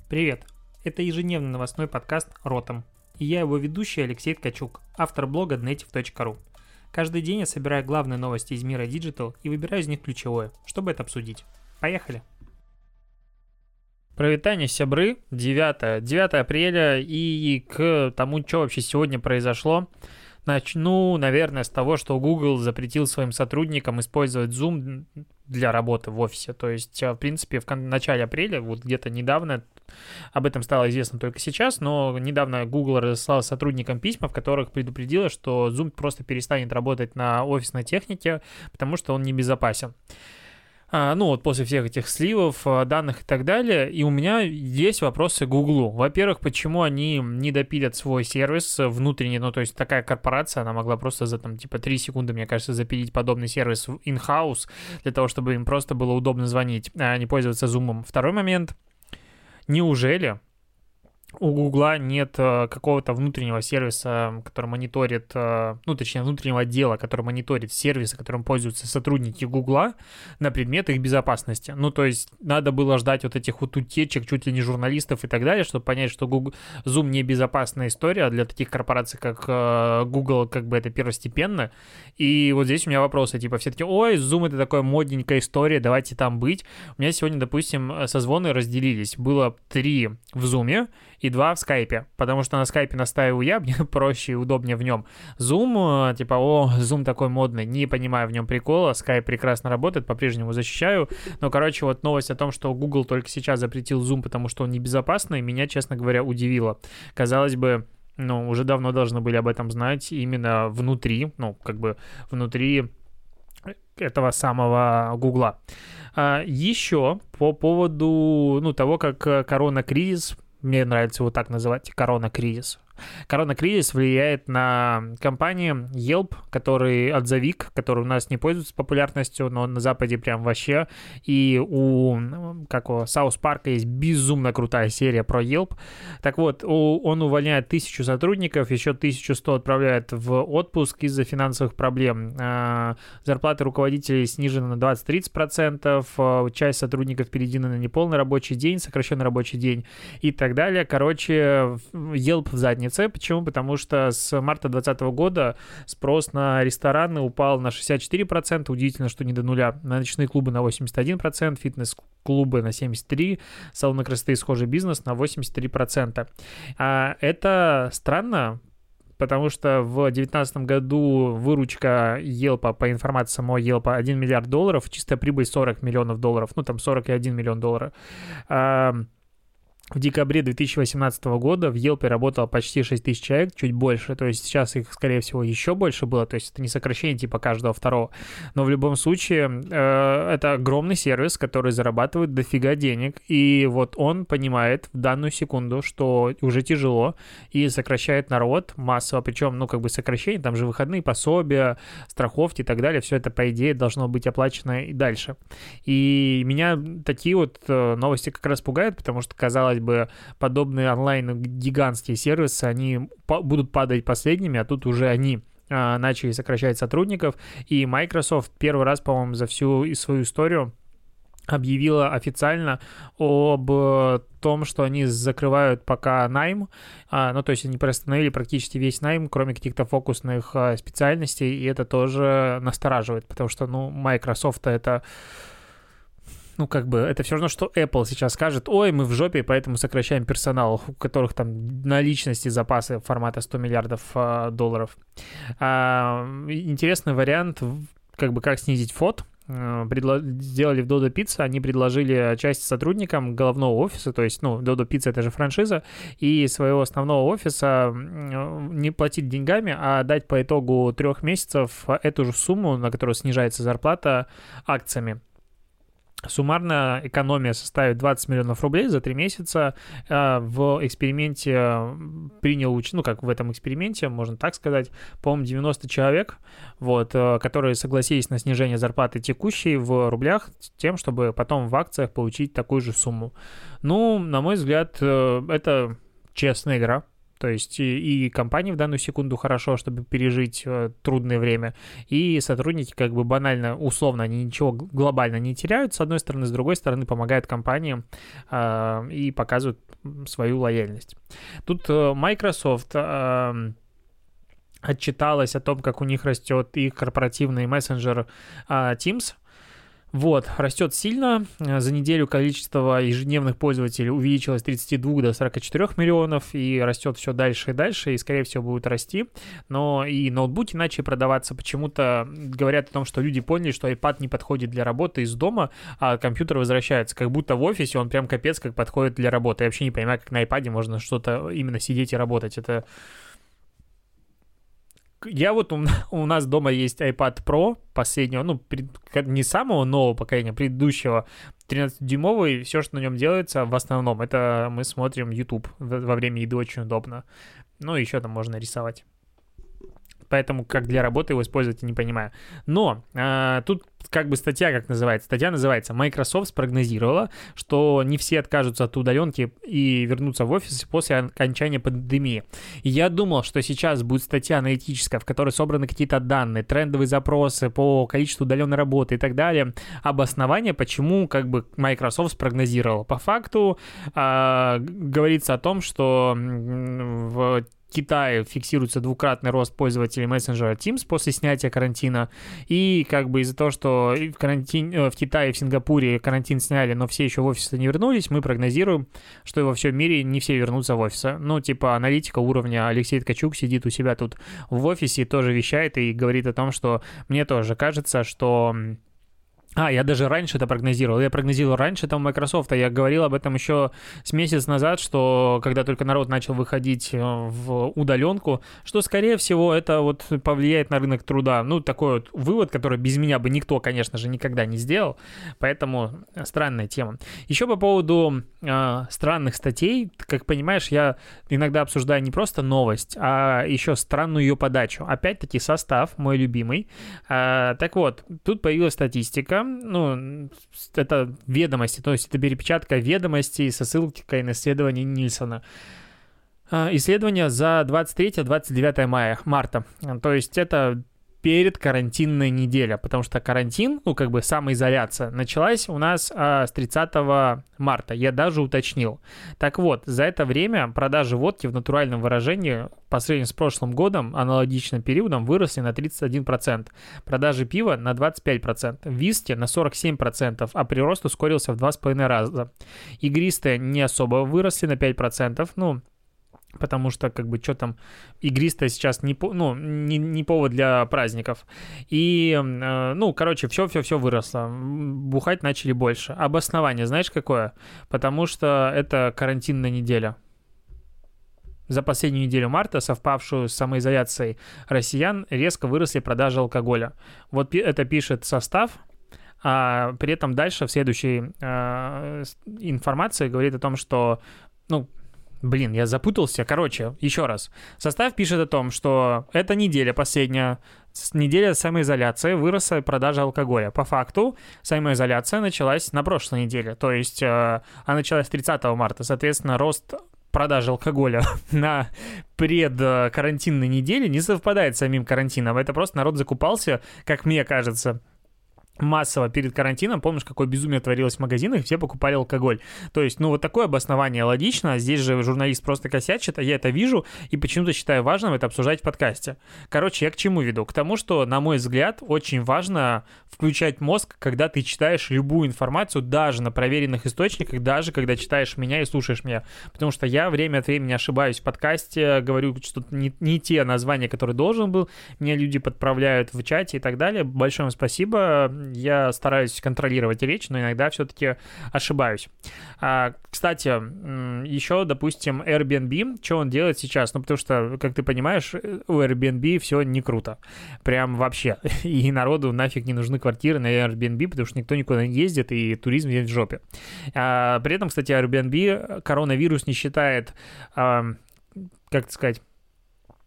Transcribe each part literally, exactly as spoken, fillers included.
Привет! Это ежедневный новостной подкаст «Ротом». И я его ведущий Алексей Ткачук, автор блога днейтив точка ру. Каждый день я собираю главные новости из мира Digital и выбираю из них ключевое, чтобы это обсудить. Поехали! Привет, сябры, девятое апреля, и к тому, что вообще сегодня произошло, начну, наверное, с того, что Google запретил своим сотрудникам использовать Zoom для работы в офисе. То есть, в принципе, в начале апреля, вот где-то недавно, об этом стало известно только сейчас, но недавно Google разослал сотрудникам письма, в которых предупредила, что Zoom просто перестанет работать на офисной технике, потому что он небезопасен. А, ну вот после всех этих сливов данных и так далее, и у меня есть вопросы к Гуглу. Во-первых, почему они не допилят свой сервис внутренний, ну то есть такая корпорация, она могла просто за там типа три секунды, мне кажется, запилить подобный сервис в in-house, для того, чтобы им просто было удобно звонить, а не пользоваться Zoom. Второй момент, неужели у Гугла нет э, какого-то внутреннего сервиса, который мониторит, э, ну, точнее, внутреннего отдела, который мониторит сервисы, которым пользуются сотрудники Гугла на предмет их безопасности. Ну, то есть надо было ждать вот этих вот утечек, чуть ли не журналистов и так далее, чтобы понять, что Google, Zoom не безопасная история, а для таких корпораций, как э, Google, как бы это первостепенно. И вот здесь у меня вопросы, типа, все таки ой, Zoom это такая модненькая история, давайте там быть. У меня сегодня, допустим, созвоны разделились. Было три в Zoom, и два в скайпе, потому что на скайпе настаиваю я, мне проще и удобнее в нем. Zoom, типа, о, Zoom такой модный, не понимаю в нем прикола, скайп прекрасно работает, по-прежнему защищаю, но, короче, вот новость о том, что Google только сейчас запретил Zoom, потому что он небезопасный, меня, честно говоря, удивило. Казалось бы, ну, уже давно должны были об этом знать именно внутри, ну, как бы внутри этого самого Гугла. А еще по поводу, ну, того, как корона-кризис, мне нравится его так называть, корона-кризис. Корона-кризис влияет на компанию Yelp, который отзывик, который у нас не пользуется популярностью, но на Западе прям вообще. И у, как у South Park есть безумно крутая серия про Yelp. Так вот, он увольняет тысячу сотрудников, еще тысячу сто отправляет в отпуск из-за финансовых проблем. Зарплаты руководителей снижены на двадцать-тридцать процентов, часть сотрудников переведена на неполный рабочий день, сокращенный рабочий день и так далее. Короче, Yelp в заднице. Почему? Потому что с марта двадцатого года спрос на рестораны упал на шестьдесят четыре процента, удивительно, что не до нуля, на ночные клубы на восемьдесят один процент, фитнес-клубы на семьдесят три процента, салоны красоты и схожий бизнес на восемьдесят три процента. А это странно, потому что в две тысячи девятнадцатом году выручка Yelp, по информации самого Yelp, один миллиард долларов, чистая прибыль сорок миллионов долларов, ну там сорок один миллион долларов. В декабре две тысячи восемнадцатого года в Yelp работало почти шесть тысяч человек, чуть больше, то есть сейчас их, скорее всего, еще больше было, то есть это не сокращение типа каждого второго, но в любом случае э, это огромный сервис, который зарабатывает дофига денег, и вот он понимает в данную секунду, что уже тяжело, и сокращает народ массово, причем, ну, как бы сокращение, там же выходные пособия, страховки и так далее, все это, по идее, должно быть оплачено и дальше. И меня такие вот новости как раз пугают, потому что, казалось бы, подобные онлайн-гигантские сервисы, они по- будут падать последними, а тут уже они а, начали сокращать сотрудников, и Microsoft первый раз, по-моему, за всю свою историю объявила официально об том, что они закрывают пока найм, а, ну, то есть они приостановили практически весь найм, кроме каких-то фокусных а, специальностей, и это тоже настораживает, потому что, ну, Microsoft это... Ну, как бы, это все равно, что Apple сейчас скажет, ой, мы в жопе, поэтому сокращаем персонал, у которых там наличности запасы формата сто миллиардов а, долларов. А, интересный вариант, как бы, как снизить фот. Предло... Сделали в Dodo Pizza, они предложили часть сотрудникам головного офиса, то есть, ну, Dodo Pizza — это же франшиза, и своего основного офиса не платить деньгами, а дать по итогу трех месяцев эту же сумму, на которую снижается зарплата, акциями. Суммарно экономия составит двадцать миллионов рублей за три месяца. В эксперименте принял, ну как в этом эксперименте, можно так сказать, по-моему, девяносто человек, вот, которые согласились на снижение зарплаты текущей в рублях, тем, чтобы потом в акциях получить такую же сумму. Ну, на мой взгляд, это честная игра. То есть и, и компании в данную секунду хорошо, чтобы пережить э, трудное время, и сотрудники как бы банально, условно, они ничего глобально не теряют, с одной стороны, с другой стороны, помогают компаниям э, и показывают свою лояльность. Тут э, Microsoft э, отчиталась о том, как у них растет их корпоративный мессенджер э, Teams. Вот, растет сильно. За неделю количество ежедневных пользователей увеличилось с тридцати двух до сорока четырёх миллионов, и растет все дальше и дальше, и, скорее всего, будет расти. Но и ноутбуки начали продаваться. Почему-то говорят о том, что люди поняли, что iPad не подходит для работы из дома, а компьютер возвращается. Как будто в офисе он прям капец как подходит для работы. Я вообще не понимаю, как на iPad можно что-то именно сидеть и работать. Это... Я вот, у, у нас дома есть iPad Pro последнего, ну, пред, не самого нового поколения, предыдущего, тринадцатидюймовый, все, что на нем делается, в основном, это мы смотрим YouTube во время еды, очень удобно. Ну, еще там можно рисовать. Поэтому как для работы его использовать, я не понимаю. Но а, тут как бы статья, как называется? Статья называется «Microsoft спрогнозировала, что не все откажутся от удаленки и вернутся в офис после окончания пандемии». И я думал, что сейчас будет статья аналитическая, в которой собраны какие-то данные, трендовые запросы по количеству удаленной работы и так далее, обоснование, почему как бы Microsoft спрогнозировала. По факту а, говорится о том, что в Китае фиксируется двукратный рост пользователей мессенджера Teams после снятия карантина, и как бы из-за того, что в, карантин, в Китае и в Сингапуре карантин сняли, но все еще в офисы не вернулись, мы прогнозируем, что во всем мире не все вернутся в офисы. Ну, типа аналитика уровня Алексей Ткачук сидит у себя тут в офисе и тоже вещает и говорит о том, что мне тоже кажется, что... А, я даже раньше это прогнозировал. Я прогнозировал раньше там Microsoft, а я говорил об этом еще с месяц назад, что когда только народ начал выходить в удаленку, что, скорее всего, это вот повлияет на рынок труда. Ну, такой вот вывод, который без меня бы никто, конечно же, никогда не сделал. Поэтому странная тема. Еще по поводу э, странных статей. Как понимаешь, я иногда обсуждаю не просто новость, а еще странную ее подачу. Опять-таки состав, мой любимый. Э, так вот, тут появилась статистика. Ну, это ведомости, то есть это перепечатка ведомостей со ссылкой на исследование Нильсона. Исследование за двадцать третье - двадцать девятое марта. То есть это перед карантинной неделей, потому что карантин, ну, как бы самоизоляция, началась у нас а, с тридцатого марта, я даже уточнил. Так вот, за это время продажи водки в натуральном выражении по сравнению с прошлым годом, аналогичным периодом, выросли на тридцать один процент, продажи пива на двадцать пять процентов, виски на сорок семь процентов, а прирост ускорился в два с половиной раза. Игристые не особо выросли на пять процентов, ну, потому что, как бы, что там, игристое сейчас не, ну, не, не повод для праздников. И, э, ну, короче, все-все-все выросло. Бухать начали больше. Обоснование знаешь какое? Потому что это карантинная неделя. За последнюю неделю марта, совпавшую с самоизоляцией россиян, резко выросли продажи алкоголя. Вот это пишет состав. А при этом дальше в следующей э, информации говорит о том, что, ну, Блин, я запутался. Короче, еще раз. Состав пишет о том, что эта неделя последняя, неделя самоизоляции, выросла продажа алкоголя. По факту, самоизоляция началась на прошлой неделе. То есть, э, она началась тридцатого марта. Соответственно, рост продажи алкоголя на предкарантинной неделе не совпадает с самим карантином. Это просто народ закупался, как мне кажется, массово перед карантином. Помнишь, какое безумие творилось в магазинах, все покупали алкоголь. То есть, ну, вот такое обоснование логично. Здесь же журналист просто косячит, а я это вижу и почему-то считаю важным это обсуждать в подкасте. Короче, я к чему веду? К тому, что, на мой взгляд, очень важно включать мозг, когда ты читаешь любую информацию, даже на проверенных источниках, даже когда читаешь меня и слушаешь меня. Потому что я время от времени ошибаюсь в подкасте, говорю что-то не, не те названия, которые должен был, меня люди подправляют в чате и так далее. Большое вам спасибо. Я стараюсь контролировать речь, но иногда все-таки ошибаюсь. А, кстати, еще, допустим, Airbnb, что он делает сейчас? Ну, потому что, как ты понимаешь, у Airbnb все не круто. Прям вообще. И народу нафиг не нужны квартиры на Airbnb, потому что никто никуда не ездит, и туризм есть в жопе. А, при этом, кстати, Airbnb коронавирус не считает, а, как сказать,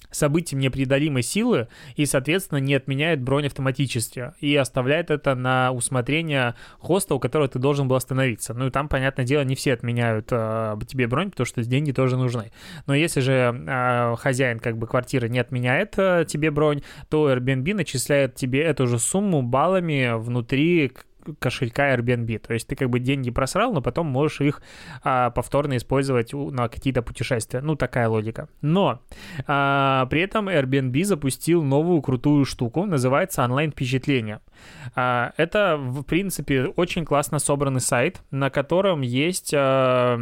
событием непреодолимой силы и, соответственно, не отменяет бронь автоматически и оставляет это на усмотрение хоста, у которого ты должен был остановиться. Ну и там, понятное дело, не все отменяют э, тебе бронь, потому что деньги тоже нужны. Но если же э, хозяин как бы квартиры не отменяет э, тебе бронь, то Airbnb начисляет тебе эту же сумму баллами внутри кошелька Airbnb. То есть ты как бы деньги просрал, но потом можешь их а, повторно использовать на какие-то путешествия. Ну, такая логика. Но а, при этом Airbnb запустил новую крутую штуку, называется онлайн-впечатление. А, это, в принципе, очень классно собранный сайт, на котором есть... А,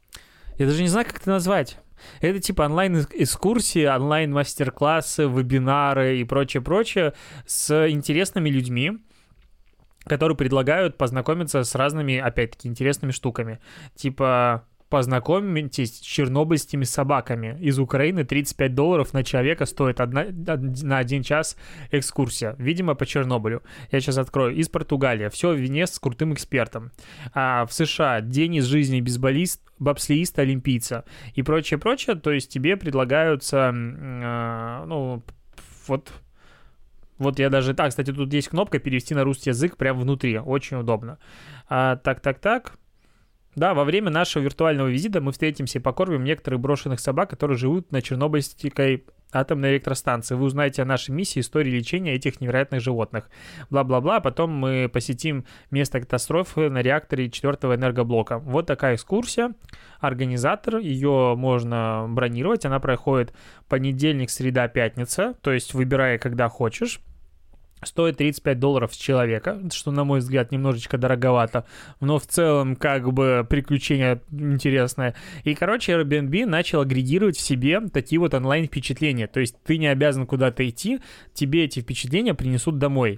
я даже не знаю, как это назвать. Это типа онлайн-экскурсии, онлайн-мастер-классы, вебинары и прочее-прочее с интересными людьми, которые предлагают познакомиться с разными, опять-таки, интересными штуками. Типа, познакомитесь с чернобыльскими собаками. Из Украины тридцать пять долларов на человека стоит одна, на один час экскурсия. Видимо, по Чернобылю. Я сейчас открою. Из Португалии. Все в вине с крутым экспертом. А в США день из жизни бейсболист, бобслеиста, олимпийца и прочее-прочее. То есть тебе предлагаются, э, ну, вот... Вот я даже... Так, кстати, тут есть кнопка «Перевести на русский язык» прямо внутри. Очень удобно. А, так, так, так. Да, во время нашего виртуального визита мы встретимся и покормим некоторых брошенных собак, которые живут на Чернобыльской атомной электростанции. Вы узнаете о нашей миссии, истории лечения этих невероятных животных. Бла-бла-бла. Потом мы посетим место катастрофы на реакторе четвертого энергоблока. Вот такая экскурсия. Организатор, ее можно бронировать. Она проходит понедельник, среда, пятница. То есть выбирая, когда хочешь. Стоит тридцать пять долларов с человека, что, на мой взгляд, немножечко дороговато, но в целом, как бы, приключение интересное. И, короче, Airbnb начал агрегировать в себе такие вот онлайн-впечатления. То есть ты не обязан куда-то идти, тебе эти впечатления принесут домой.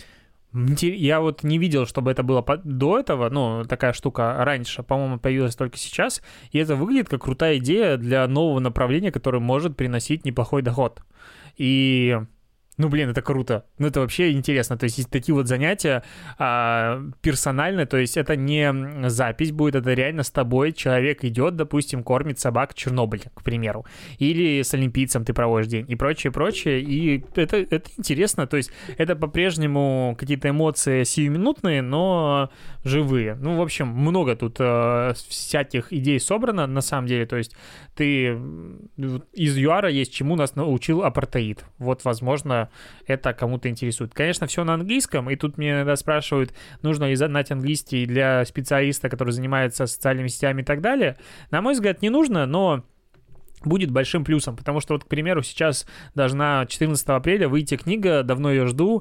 Я вот не видел, чтобы это было до этого, ну, такая штука раньше, по-моему, появилась только сейчас, и это выглядит как крутая идея для нового направления, которое может приносить неплохой доход. И... Ну, блин, это круто. Ну, это вообще интересно. То есть, есть такие вот занятия а, персональные, то есть это не запись будет, это реально с тобой человек идет, допустим, кормит собак в Чернобыле, к примеру. Или с олимпийцем ты проводишь день и прочее, прочее. И это, это интересно. То есть это по-прежнему какие-то эмоции сиюминутные, но живые. Ну, в общем, много тут а, всяких идей собрано, на самом деле. То есть ты из ЮАРа есть, чему нас научил апартеид. Вот, возможно, это кому-то интересует. Конечно, все на английском, и тут мне иногда спрашивают, нужно ли знать английский для специалиста, который занимается социальными сетями и так далее. На мой взгляд, не нужно, но будет большим плюсом, потому что вот, к примеру, сейчас должна четырнадцатого апреля выйти книга, давно ее жду,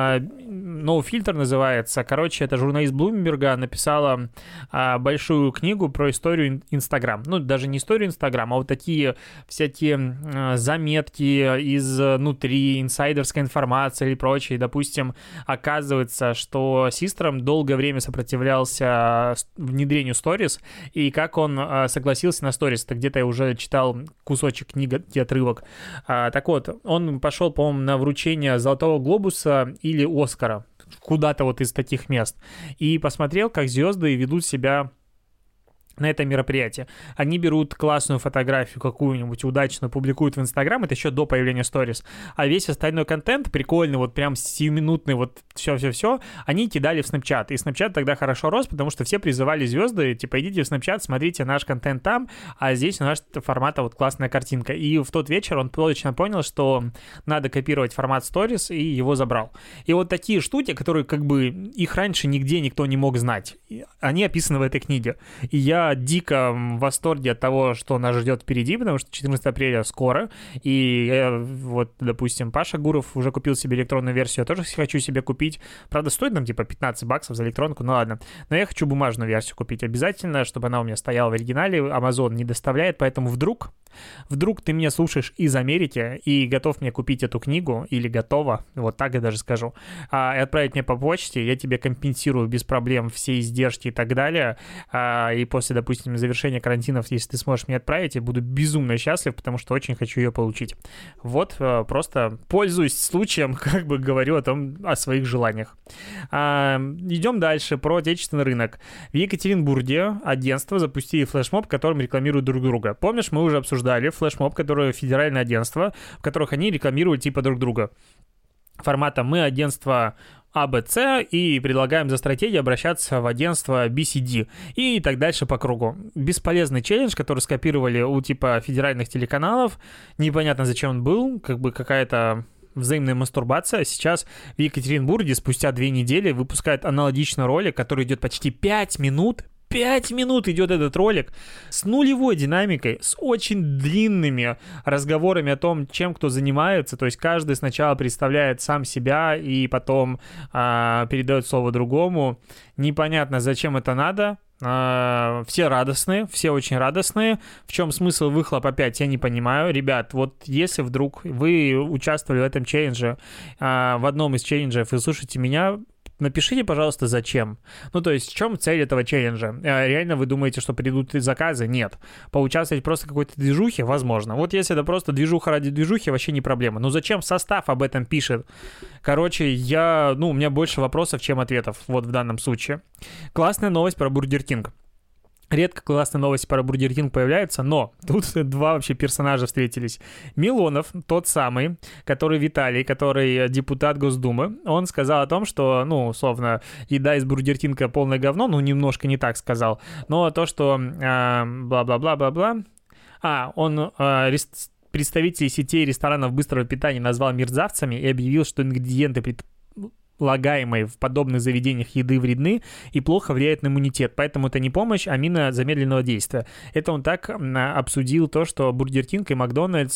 No Filter называется. Короче, это журналист Блумберга написала большую книгу про историю Инстаграм. Ну, даже не историю Инстаграм, а вот такие всякие заметки изнутри, инсайдерская информация или прочее. Допустим, оказывается, что Систром долгое время сопротивлялся внедрению сторис, и как он согласился на сторис. Это где-то я уже читал кусочек книги, отрывок. А, так вот, он пошел, по-моему, на вручение Золотого глобуса или Оскара, куда-то вот из таких мест, и посмотрел, как звезды ведут себя на это мероприятие. Они берут классную фотографию какую-нибудь удачную, публикуют в Инстаграм, это еще до появления сторис, а весь остальной контент, прикольный, вот прям сиюминутный, вот все-все-все, они кидали в Snapchat, и Snapchat тогда хорошо рос, потому что все призывали звезды, типа, идите в Snapchat, смотрите наш контент там, а здесь у нас формата вот классная картинка. И в тот вечер он точно понял, что надо копировать формат сторис, и его забрал. И вот такие штуки, которые как бы их раньше нигде никто не мог знать, они описаны в этой книге. И я дико в восторге от того, что нас ждет впереди, потому что четырнадцатого апреля скоро, и я, вот, допустим, Паша Гуров уже купил себе электронную версию, я тоже хочу себе купить. Правда, стоит нам типа пятнадцать баксов за электронку, ну ладно. Но я хочу бумажную версию купить обязательно, чтобы она у меня стояла в оригинале. Amazon не доставляет, поэтому вдруг, вдруг ты меня слушаешь из Америки и готов мне купить эту книгу, или готова, вот так я даже скажу, а, и отправить мне по почте, я тебе компенсирую без проблем все издержки и так далее, а, и после, допустим, завершения карантинов, если ты сможешь мне отправить, я буду безумно счастлив, потому что очень хочу ее получить. Вот, просто пользуюсь случаем, как бы говорю о том, о своих желаниях. А, идем дальше, про отечественный рынок. В Екатеринбурге агентства запустили флешмоб, которым рекламируют друг друга. Помнишь, мы уже обсуждали обсуждали флешмоб, которое федеральное агентство, в которых они рекламируют типа друг друга. Формата «мы агентство А Б С и предлагаем за стратегию обращаться в агентство Би Си Ди и так дальше по кругу. Бесполезный челлендж, который скопировали у типа федеральных телеканалов. Непонятно, зачем он был, как бы какая-то взаимная мастурбация. Сейчас в Екатеринбурге спустя две недели выпускают аналогичный ролик, который идет почти пять минут. Пять минут идет этот ролик с нулевой динамикой, с очень длинными разговорами о том, чем кто занимается. То есть каждый сначала представляет сам себя и потом а, передает слово другому. Непонятно, зачем это надо. Uh, все радостные, все очень радостные. В чем смысл выхлоп, опять я не понимаю. Ребят, вот если вдруг вы участвовали в этом челлендже, uh, в одном из челленджев, и слушаете меня, напишите, пожалуйста, зачем. Ну, то есть, в чем цель этого челленджа? Реально вы думаете, что придут заказы? Нет. Поучаствовать просто в какой-то движухе? Возможно. Вот если это просто движуха ради движухи, вообще не проблема. Но зачем состав об этом пишет? Короче, я, ну, у меня больше вопросов, чем ответов, вот в данном случае. Классная новость про Бургер Кинг. Редко классные новости про Бургер Кинг появляются, но тут два вообще персонажа встретились. Милонов, тот самый, который Виталий, который депутат Госдумы, он сказал о том, что, ну, условно, еда из Бургер Кинга полное говно, ну, немножко не так сказал, но то, что э, бла-бла-бла-бла-бла, а, он э, рест... представителей сетей ресторанов быстрого питания назвал мерзавцами и объявил, что ингредиенты пред... лагаемой в подобных заведениях еды вредны и плохо влияет на иммунитет. Поэтому это не помощь, а мина замедленного действия. Это он так обсудил то, что Бургер Кинг и Макдональдс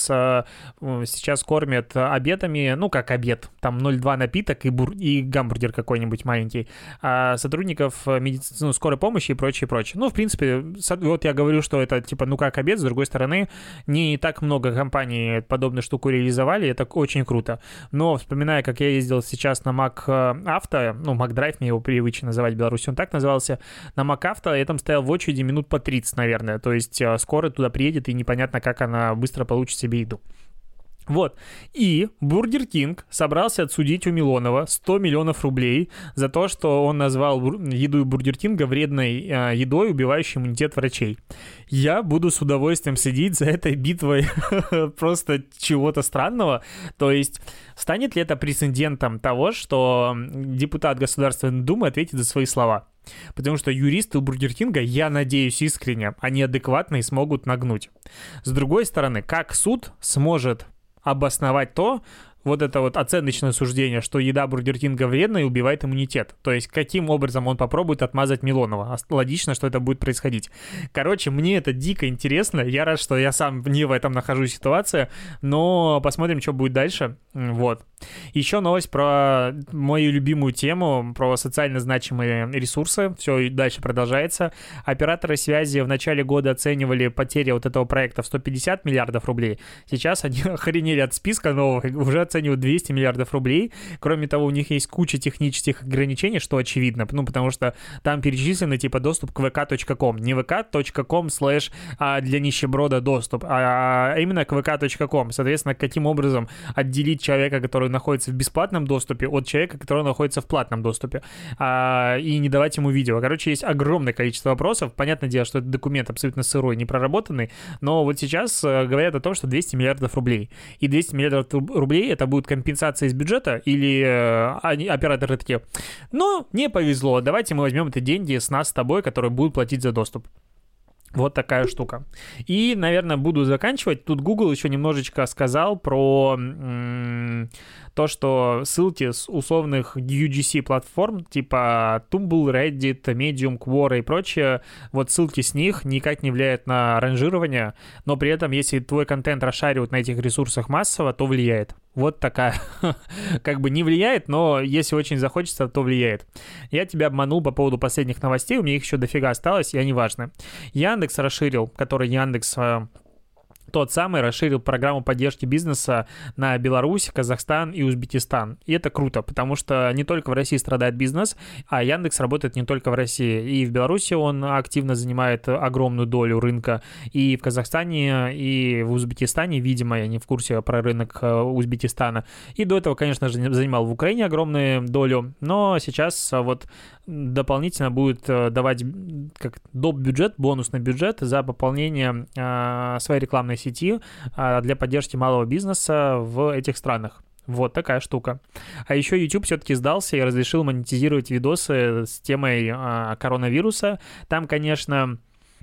сейчас кормят обедами, ну как обед, там ноль два напиток и, бур... и гамбургер какой-нибудь маленький, а сотрудников медицины, ну, скорой помощи и прочее, прочее. Ну, в принципе, вот я говорю, что это типа ну как обед, с другой стороны, не так много компаний подобную штуку реализовали, это очень круто. Но вспоминая, как я ездил сейчас на Mac Авто, ну, Макдрайв, мне его привычно называть в Беларуси, он так назывался, на МакАвто, я там стоял в очереди минут по тридцать, наверное, то есть скоро туда приедет, и непонятно, как она быстро получит себе еду. Вот. И Бургер Кинг собрался отсудить у Милонова сто миллионов рублей за то, что он назвал еду Бургер Кинга вредной э, едой, убивающей иммунитет врачей. Я буду с удовольствием следить за этой битвой просто чего-то странного. То есть станет ли это прецедентом того, что депутат Государственной Думы ответит за свои слова? Потому что юристы у Бургер Кинга, я надеюсь искренне, они адекватно и смогут нагнуть. С другой стороны, как суд сможет обосновать то, вот это вот оценочное суждение, что еда Бургер Кинга вредна и убивает иммунитет. То есть, каким образом он попробует отмазать Милонова. Логично, что это будет происходить. Короче, мне это дико интересно. Я рад, что я сам не в этом нахожусь ситуации, но посмотрим, что будет дальше. Вот. Еще новость про мою любимую тему, про социально значимые ресурсы. Все дальше продолжается. Операторы связи в начале года оценивали потери вот этого проекта в сто пятьдесят миллиардов рублей. Сейчас они охренели от списка новых, уже оценивают двести миллиардов рублей. Кроме того, у них есть куча технических ограничений, что очевидно, ну, потому что там перечислены типа доступ к вэ ка точка ком. Не вэ ка точка ком слэш для нищеброда доступ, а именно к вэ ка точка ком. Соответственно, каким образом отделить человека, который находится в бесплатном доступе, от человека, который находится в платном доступе, а, и не давать ему видео. Короче, есть огромное количество вопросов. Понятное дело, что этот документ абсолютно сырой, не проработанный, но вот сейчас говорят о том, что двести миллиардов рублей. И двести миллиардов рублей — это будет компенсация из бюджета, или э, они, операторы такие, ну, не повезло, давайте мы возьмем эти деньги с нас с тобой, которые будут платить за доступ. Вот такая штука. И, наверное, буду заканчивать. Тут Google еще немножечко сказал про м- то, что ссылки с условных ю джи си-платформ, типа Tumblr, Reddit, Medium, Quora и прочее, вот ссылки с них никак не влияют на ранжирование, но при этом, если твой контент расшаривают на этих ресурсах массово, то влияет. Вот такая. Как бы не влияет, но если очень захочется, то влияет. Я тебя обманул по поводу последних новостей, у меня их еще дофига осталось, и они важны. Яндекс расширил, который Яндекс... Тот самый расширил программу поддержки бизнеса на Беларусь, Казахстан и Узбекистан. И это круто, потому что не только в России страдает бизнес, а Яндекс работает не только в России. И в Беларуси он активно занимает огромную долю рынка. И в Казахстане, и в Узбекистане, видимо, я не в курсе про рынок Узбекистана. И до этого, конечно же, занимал в Украине огромную долю. Но сейчас вот дополнительно будет давать как доп. Бюджет, бонусный бюджет за пополнение э, своей рекламной сети э, для поддержки малого бизнеса в этих странах. Вот такая штука. А еще YouTube все-таки сдался и разрешил монетизировать видосы с темой э, коронавируса. Там, конечно...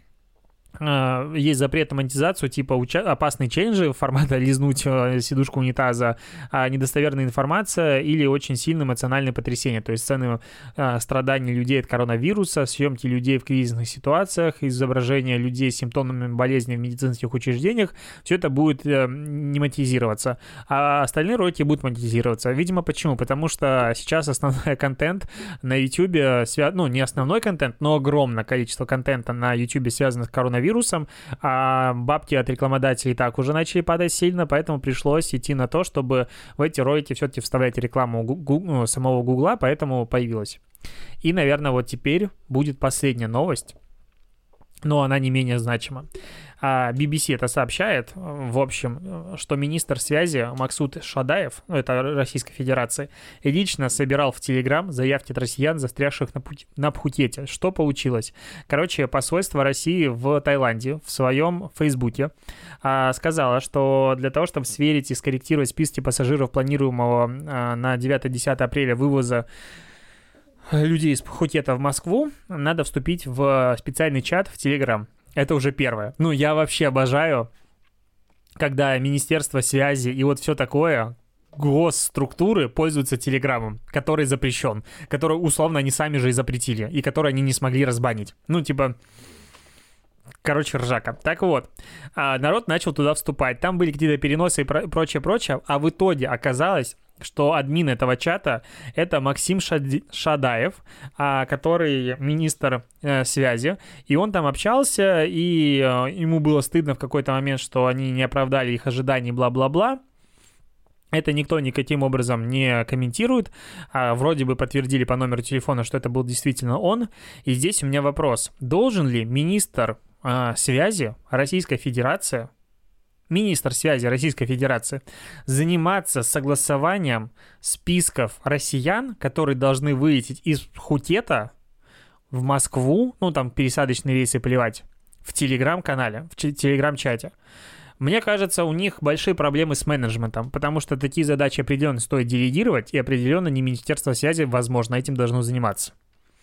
есть запрет на монетизацию, типа уча- опасные челленджи формата лизнуть сидушку унитаза, а недостоверная информация или очень сильное эмоциональное потрясение, то есть сцены а, страданий людей от коронавируса, съемки людей в кризисных ситуациях, изображение людей с симптомами болезни в медицинских учреждениях, все это будет а, не монетизироваться, а остальные ролики будут монетизироваться. Видимо, почему? Потому что сейчас основной контент на YouTube, свя- ну, не основной контент, но огромное количество контента на YouTube связано с коронавирусом, вирусом, а бабки от рекламодателей так уже начали падать сильно, поэтому пришлось идти на то, чтобы в эти ролики все-таки вставлять рекламу гу- ну, самого Гугла, поэтому появилась. И, наверное, вот теперь будет последняя новость, но она не менее значима. би би си это сообщает, в общем, что министр связи Максут Шадаев, ну, это Российской Федерации, лично собирал в Телеграм заявки от россиян, застрявших на, пути, на Пхукете. Что получилось? Короче, посольство России в Таиланде в своем Фейсбуке а, сказало, что для того, чтобы сверить и скорректировать списки пассажиров планируемого а, на девятое-десятое апреля вывоза людей из Пхукета в Москву, надо вступить в специальный чат в Телеграм. Это уже первое. Ну, я вообще обожаю, когда Министерство связи и вот все такое, госструктуры пользуются Телеграмом, который запрещен, который, условно, они сами же и запретили, и который они не смогли разбанить. Ну, типа... Короче, ржака. Так вот, народ начал туда вступать. Там были какие-то переносы и прочее-прочее, а в итоге оказалось, что админ этого чата — это Максим Шадаев, который министр э, связи, и он там общался, и э, ему было стыдно в какой-то момент, что они не оправдали их ожиданий, бла-бла-бла. Это никто никаким образом не комментирует. А, вроде бы подтвердили по номеру телефона, что это был действительно он. И здесь у меня вопрос. Должен ли министр а, связи Российской Федерации, министр связи Российской Федерации, заниматься согласованием списков россиян, которые должны вылететь из Пхукета в Москву, ну там пересадочные рейсы плевать, в Телеграм-канале, в Телеграм-чате? Мне кажется, у них большие проблемы с менеджментом, потому что такие задачи определенно стоит делегировать, и определенно не Министерство связи, возможно, этим должно заниматься.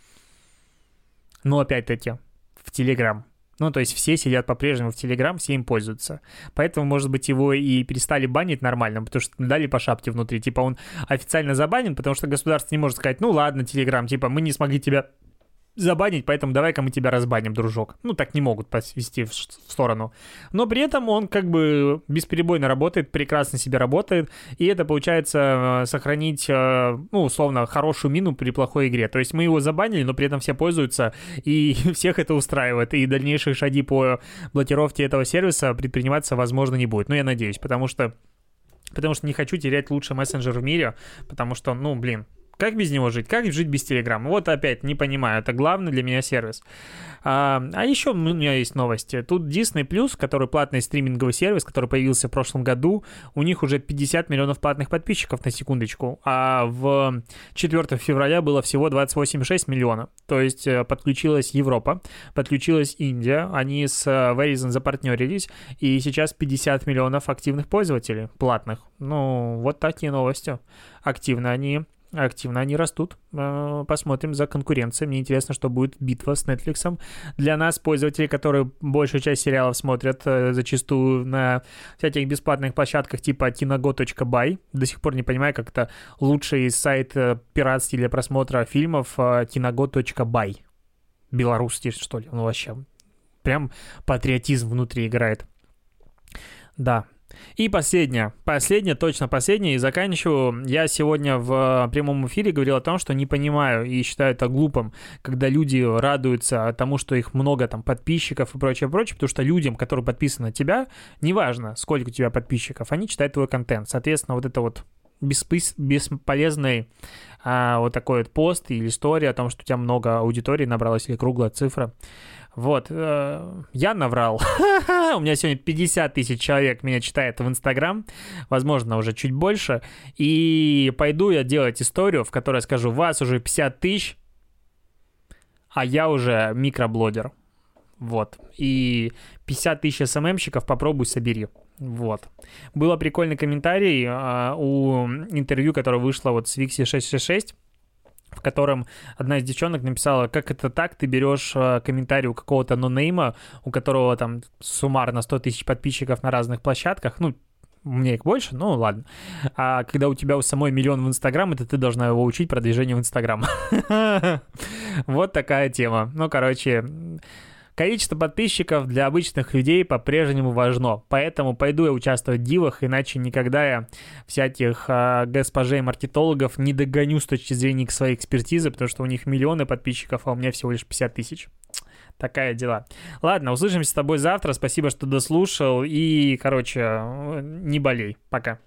Но опять-таки, в Телеграм. Ну, то есть все сидят по-прежнему в Телеграм, все им пользуются. Поэтому, может быть, его и перестали банить нормально, потому что дали по шапке внутри. Типа он официально забанен, потому что государство не может сказать: ну ладно, Телеграм, типа мы не смогли тебя забанить, поэтому давай-ка мы тебя разбаним, дружок. Ну, так не могут посвести в, в сторону. Но при этом он как бы бесперебойно работает, прекрасно себе работает, и это получается сохранить, ну, условно, хорошую мину при плохой игре. То есть мы его забанили, но при этом все пользуются, и всех это устраивает, и дальнейшие шаги по блокировке этого сервиса предприниматься, возможно, не будет. Ну, я надеюсь, потому что, потому что не хочу терять лучший мессенджер в мире, потому что, ну, блин, как без него жить? Как жить без Телеграма? Вот опять не понимаю. Это главный для меня сервис. А, а еще у меня есть новости. Тут Disney+, который платный стриминговый сервис, который появился в прошлом году, у них уже пятьдесят миллионов платных подписчиков, на секундочку. А в четвёртого февраля было всего двадцать восемь целых шесть десятых миллиона. То есть подключилась Европа, подключилась Индия. Они с Verizon запартнерились. И сейчас пятьдесят миллионов активных пользователей платных. Ну, вот такие новости. Активно они... Активно они растут. Посмотрим за конкуренцией. Мне интересно, что будет битва с Netflix. Для нас, пользователей, которые большую часть сериалов смотрят зачастую на всяких бесплатных площадках типа tinago точка by. До сих пор не понимаю, как это лучший сайт пиратский для просмотра фильмов tinago точка by. Белорусский, что ли? Ну, вообще. Прям патриотизм внутри играет. Да. И последнее, последнее, точно последнее, и заканчиваю. Я сегодня в прямом эфире говорил о том, что не понимаю и считаю это глупым, когда люди радуются тому, что их много там подписчиков и прочее, прочее, потому что людям, которые подписаны на тебя, неважно, сколько у тебя подписчиков, они читают твой контент. Соответственно, вот это вот беспыс- бесполезный а, вот такой вот пост или история о том, что у тебя много аудитории набралось, или круглая цифра. Вот, э, я наврал. У меня сегодня пятьдесят тысяч человек меня читает в Инстаграм, возможно, уже чуть больше. И пойду я делать историю, в которой скажу: вас уже пятьдесят тысяч, а я уже микроблогер. Вот. И пятьдесят тысяч эс эм эм-щиков попробуй собери. Вот. Был прикольный комментарий а, у интервью, которое вышло вот с Викси шесть шесть шесть, в котором одна из девчонок написала, как это так, ты берешь а, комментарий у какого-то нонейма, у которого там суммарно сто тысяч подписчиков на разных площадках, ну, у меня их больше, ну ладно. А когда у тебя у самой миллион в Инстаграм, это ты должна его учить продвижению в Инстаграм. Вот такая тема. Ну, короче, количество подписчиков для обычных людей по-прежнему важно. Поэтому пойду я участвовать в дивах, иначе никогда я всяких а, госпожей-маркетологов не догоню с точки зрения их своей экспертизы, потому что у них миллионы подписчиков, а у меня всего лишь пятьдесят тысяч. Такая дела. Ладно, услышимся с тобой завтра. Спасибо, что дослушал. И, короче, не болей. Пока.